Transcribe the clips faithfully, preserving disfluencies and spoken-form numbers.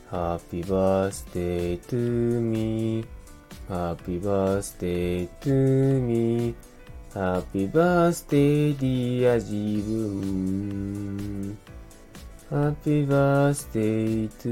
Happy birthday to me. Happy birthday to me. Happy birthday dear 自分。Happy birthday to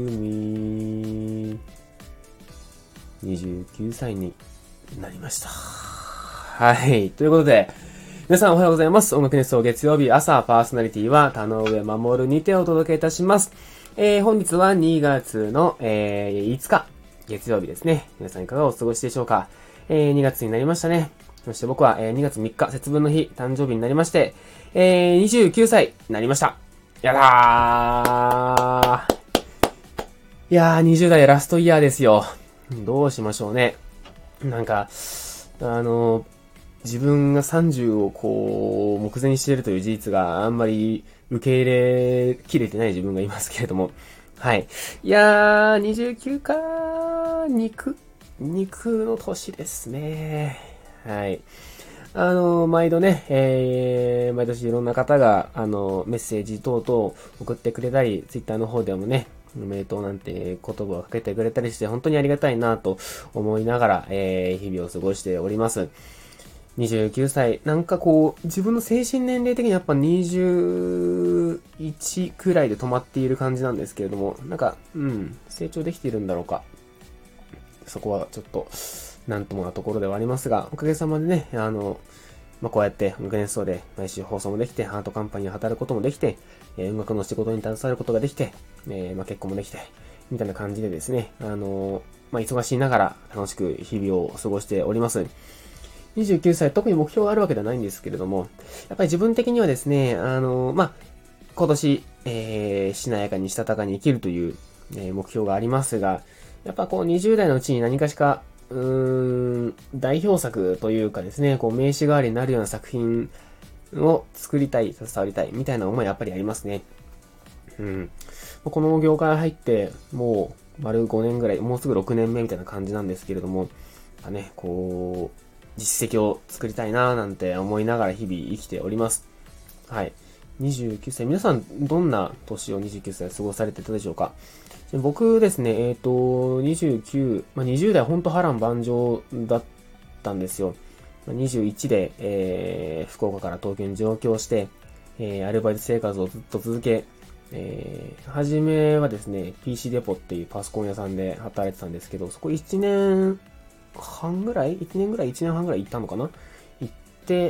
me. にじゅうきゅうさいになりました。はい。ということで、皆さんおはようございます。音楽熱奏月曜日朝パーソナリティは田上守にてお届けいたします。えー、本日はにがつの、えー、いつか月曜日ですね。皆さんいかがお過ごしでしょうか。えー、にがつになりましたね。そして僕は、えー、にがつみっか節分の日誕生日になりまして、えー、にじゅうきゅうさいになりました。やだー。いやー、にじゅう代ラストイヤーですよ。どうしましょうね。なんか、あの、自分がさんじゅうをこう、目前にしているという事実があんまり受け入れきれてない自分がいますけれども。はい。いやー、にじゅうきゅうかー、肉、肉の年ですね。はい。あの、毎度ね、えー、毎年いろんな方が、あの、メッセージ等々送ってくれたり、ツイッターの方でもね、おめでとうなんて言葉をかけてくれたりして、本当にありがたいなと思いながら、えー、日々を過ごしております。にじゅうきゅうさい、なんかこう、自分の精神年齢的にやっぱにじゅういちくらいで止まっている感じなんですけれども、なんか、うん、成長できているんだろうか。そこはちょっと、なんともなところではありますが、おかげさまでね、あの、まあ、こうやって音楽演奏で毎週放送もできて、ハートカンパニーを働くこともできて、えー、音楽の仕事に携わることができて、えー、まあ、結婚もできて、みたいな感じでですね、あの、まあ、忙しいながら楽しく日々を過ごしております。にじゅうきゅうさい、特に目標があるわけではないんですけれども、やっぱり自分的にはですね、あの、まあ、今年、えー、しなやかにしたたかに生きるという、えー、目標がありますが、やっぱこうにじゅう代のうちに何かしか、うーん、代表作というかですね、こう名刺代わりになるような作品を作りたい、携わりたい、みたいな思いはやっぱりありますね。うん。この業界入って、もう、丸ごねんぐらい、もうすぐろくねんめみたいな感じなんですけれども、ね、こう、実績を作りたいなーなんて思いながら日々生きております。はい。にじゅうきゅうさい、皆さんどんな年をにじゅうきゅうさい過ごされてたでしょうか。僕ですね、えっと、にじゅうきゅう、まあ、にじゅう代ほんと波乱万丈だったんですよ。にじゅういちで、えー、福岡から東京に上京して、えー、アルバイト生活をずっと続け、えー、はじめはですね、ピーシー デポっていうパソコン屋さんで働いてたんですけど、そこいちねんはんぐらい ?いち 年ぐらい ?いち 年半ぐらい行ったのかな行って、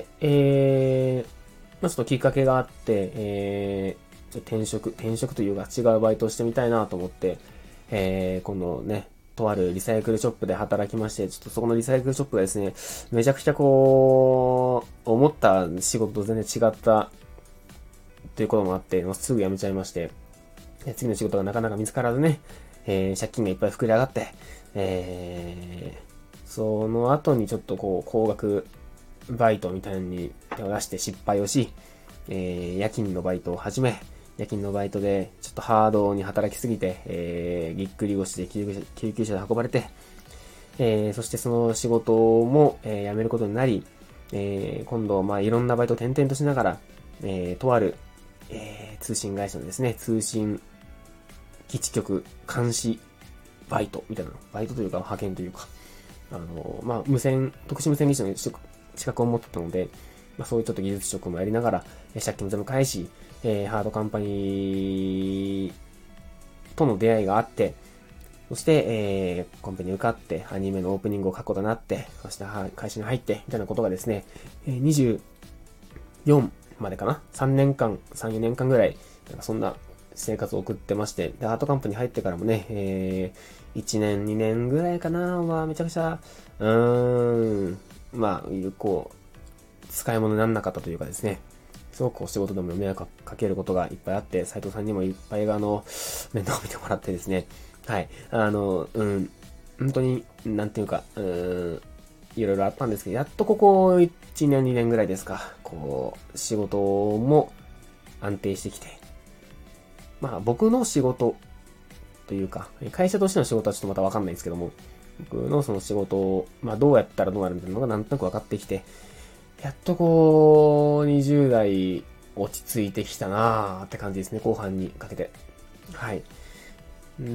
えー、まあ、ちょっときっかけがあって、えー、転職、転職というか違うバイトをしてみたいなと思って、えー、今度ね、とあるリサイクルショップで働きまして、ちょっとそこのリサイクルショップがですね、めちゃくちゃこう、思った仕事と全然違ったということもあって、すぐ辞めちゃいまして、次の仕事がなかなか見つからずね、えー、借金がいっぱい膨れ上がって、えー、その後にちょっとこう、高額バイトみたいに手を出して失敗をし、えー、夜勤のバイトを始め、夜勤のバイトでちょっとハードに働きすぎて、えー、ぎっくり腰で救急車で運ばれて、えー、そしてその仕事も、えー、辞めることになり、えー、今度、まあいろんなバイトを転々としながら、えー、とある、えー、通信会社のですね、通信基地局監視バイトみたいな、バイトというか派遣というか、あの、まあ無線、特殊無線技師の資格を持ってたので、まあそういうちょっと技術職もやりながら、借金も全部返し、えー、ハードカンパニーとの出会いがあって、そして、えー、コンペに受かって、アニメのオープニングを書くことになって、そして会社に入って、みたいなことがですね、にじゅうよんまでかな ?さんねんかん、さん、よねんかんぐらい、なんかそんな生活を送ってまして、で、アートカンプに入ってからもね、えー、いちねん、にねんぐらいかなは、めちゃくちゃ、うーん、まあ、こう、使い物にならなかったというかですね、すごくお仕事でも迷惑かけることがいっぱいあって、斉藤さんにもいっぱいあの、面倒を見てもらってですね、はい、あの、うん、本当に、なんていうか、うん、いろいろあったんですけど、やっとここいちねん、にねんぐらいですか、こう、仕事も安定してきて、まあ僕の仕事というか、会社としての仕事はちょっとまたわかんないですけども、僕のその仕事を、まあどうやったらどうなるみたいなのがなんとなく分かってきて、やっとこう、にじゅう代落ち着いてきたなーって感じですね、後半にかけて。はい。 うん。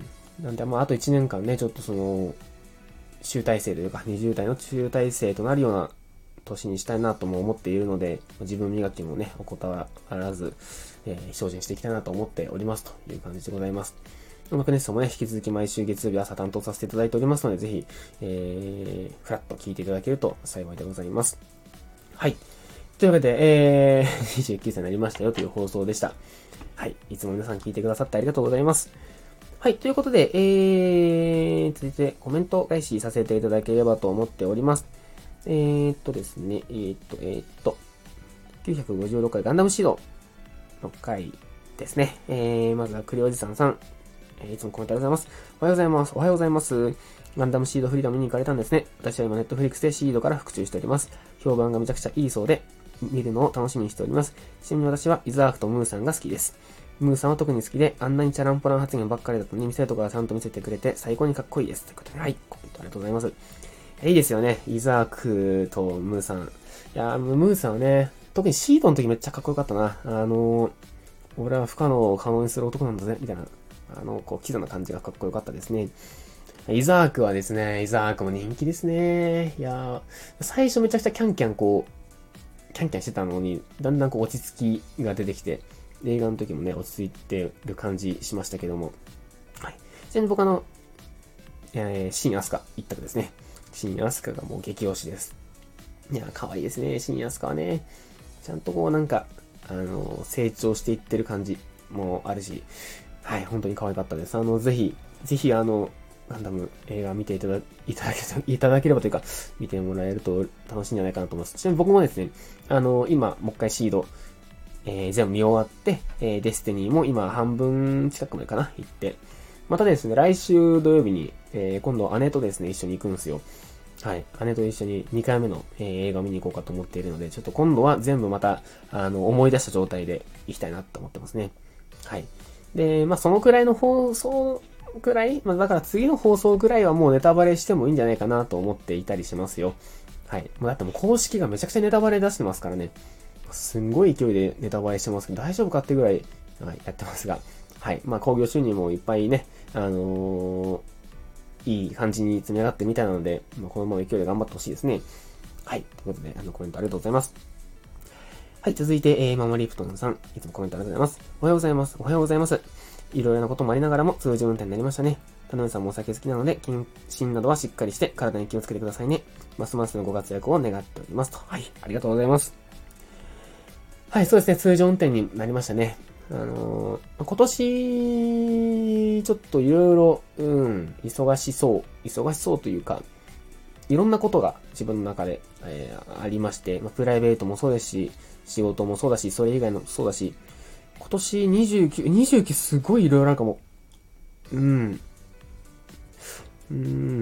なんで、まあ、あといちねんかんね、ちょっとその、集大成というか、にじゅう代の集大成となるような年にしたいなとも思っているので、自分磨きもね、怠らず、えー、精進していきたいなと思っておりますという感じでございます。音楽ネストもね、引き続き毎週月曜日朝担当させていただいておりますので、ぜひ、えー、フラッと聞いていただけると幸いでございます。はい。というわけで、えー、にじゅうきゅうさいになりましたよという放送でした。はい。いつも皆さん聞いてくださってありがとうございます。はい。ということで、えー、続いてコメント返しさせていただければと思っております。えーっとですね、えーっと、えーっと、きゅうひゃくごじゅうろっかいガンダムシードろっかいですね。えー、まずはクリおじさんさん。えー、いつもコメントありがとうございます。おはようございます。おはようございます。ガンダムシードフリーダムに行かれたんですね。私は今ネットフリックスでシードから復習しております。評判がめちゃくちゃいいそうで、見るのを楽しみにしております。ちなみに私はイザークとムーさんが好きです。ムーさんは特に好きで、あんなにチャランポラン発言ばっかりだったのに見せるところはちゃんと見せてくれて最高にかっこいいです。ということで、はい、コメントありがとうございます。いいですよね。イザークとムーさん。いやー、ムーさんはね、特にシードの時めっちゃかっこよかったな。あのー、俺は不可能を可能にする男なんだぜ、みたいな。あの、こう、キザな感じがかっこよかったですね。イザークはですね、イザークも人気ですね。いやー、最初めちゃくちゃキャンキャンこう、キャンキャンしてたのに、だんだんこう落ち着きが出てきて、映画の時もね、落ち着いてる感じしましたけども。はい。ちなみに僕あの、えー、シン・アスカ一択ですね。シン・アスカがもう激推しです。いやー、可愛いですね、シン・アスカはね。ちゃんとこうなんか、あの、成長していってる感じもあるし、はい、本当に可愛かったです。あの、ぜひ、ぜひあの、ガンダム映画見ていただ、いただけ、いただければというか、見てもらえると楽しいんじゃないかなと思います。ちなみに僕もですね、あの、今、もう一回シード、えー、全部見終わって、えー、デスティニーも今半分近くまでかな、行って、またですね、来週土曜日に、えー、今度姉とですね、一緒に行くんですよ。はい。姉と一緒ににかいめの、えー、映画を見に行こうかと思っているので、ちょっと今度は全部また、あの、思い出した状態で行きたいなと思ってますね。はい。で、まあ、そのくらいの放送くらい、まあ、だから次の放送くらいはもうネタバレしてもいいんじゃないかなと思っていたりしますよ。はい。だってもう公式がめちゃくちゃネタバレ出してますからね。すんごい勢いでネタバレしてますけど、大丈夫かってぐらい、はい、やってますが。はい。まあ、興行収入もいっぱいね、あのー、いい感じに積み上がってみたいなので、まあ、このまま勢いで頑張ってほしいですね。はい。ということで、あの、コメントありがとうございます。はい。続いて、えー、ママリプトンさん。いつもコメントありがとうございます。おはようございます。おはようございます。いろいろなこともありながらも通常運転になりましたね。田辺さんもお酒好きなので、謹慎などはしっかりして体に気をつけてくださいね。ますますのご活躍を願っておりますと。はい。ありがとうございます。はい、そうですね。通常運転になりましたね。あのー、今年、ちょっといろいろ、うん、忙しそう、忙しそうというか、いろんなことが自分の中で、えー、ありまして、まあ、プライベートもそうですし、仕事もそうだし、それ以外のもそうだし、今年にじゅうきゅう、にじゅうきゅうすごいいろいろあるかも。うん。うん。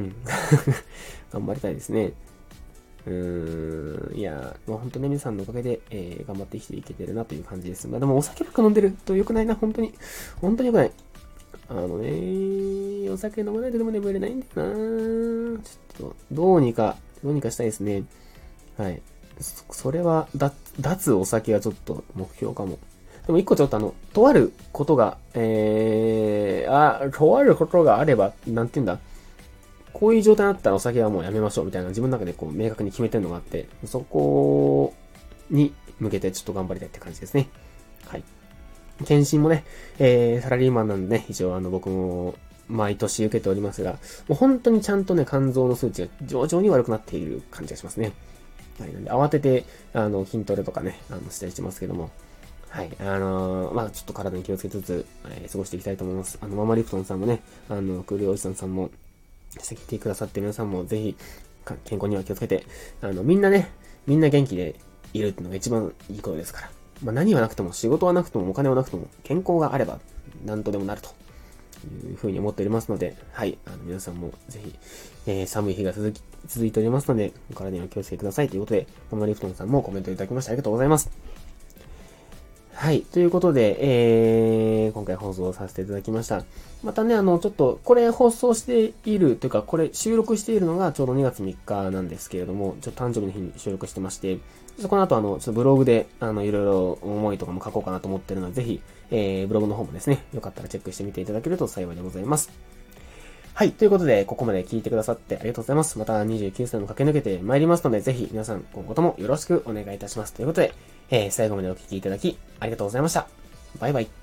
頑張りたいですね。うーん、いや、もう本当ね、皆さんのおかげで、えー、頑張って生きていけてるなという感じです。まあでもお酒ばっか飲んでると良くないな、本当に。本当に良くない。あのね、お酒飲まないとでも眠れないんだよな。ちょっと、どうにか、どうにかしたいですね。はい。そ、それは、だ、脱お酒はちょっと目標かも。でも一個ちょっとあの、とあることが、えー、あ、とあることがあれば、なんて言うんだ。こういう状態になったらお酒はもうやめましょうみたいな自分の中でこう明確に決めてるのがあって、そこに向けてちょっと頑張りたいって感じですね。はい。検診もね、えー、サラリーマンなんでね、一応あの僕も毎年受けておりますが、もう本当にちゃんとね、肝臓の数値が徐々に悪くなっている感じがしますね。はい。なんで慌てて、あの、筋トレとかね、あの、したりしてますけども、はい。あのー、まあちょっと体に気をつけつつ、えー、過ごしていきたいと思います。あの、ママリプトンさんもね、あの、クリオおじさんさんも、してきてくださって皆さんもぜひ健康には気をつけて、あのみんなね、みんな元気でいるっていうのが一番いいことですから。まあ何はなくても仕事はなくてもお金はなくても健康があれば何とでもなるというふうに思っておりますので、はい、あの皆さんもぜひ、えー、寒い日が続き、続いておりますので、お体には気をつけてくださいということで、ママリフトンさんもコメントいただきましてありがとうございます。 はい。ということで、えー、今回放送させていただきました。またね、あの、ちょっと、これ放送している、というか、これ収録しているのがちょうどにがつみっかなんですけれども、ちょっと誕生日の日に収録してまして、そこの後、あの、ちょっとブログで、あの、いろいろ思いとかも書こうかなと思ってるので、ぜひ、えー、ブログの方もですね、よかったらチェックしてみていただけると幸いでございます。はい。ということで、ここまで聞いてくださってありがとうございます。またにじゅうきゅうさいも駆け抜けて参りますので、ぜひ皆さん今後ともよろしくお願いいたします。ということで、えー、最後までお聞きいただきありがとうございました。バイバイ。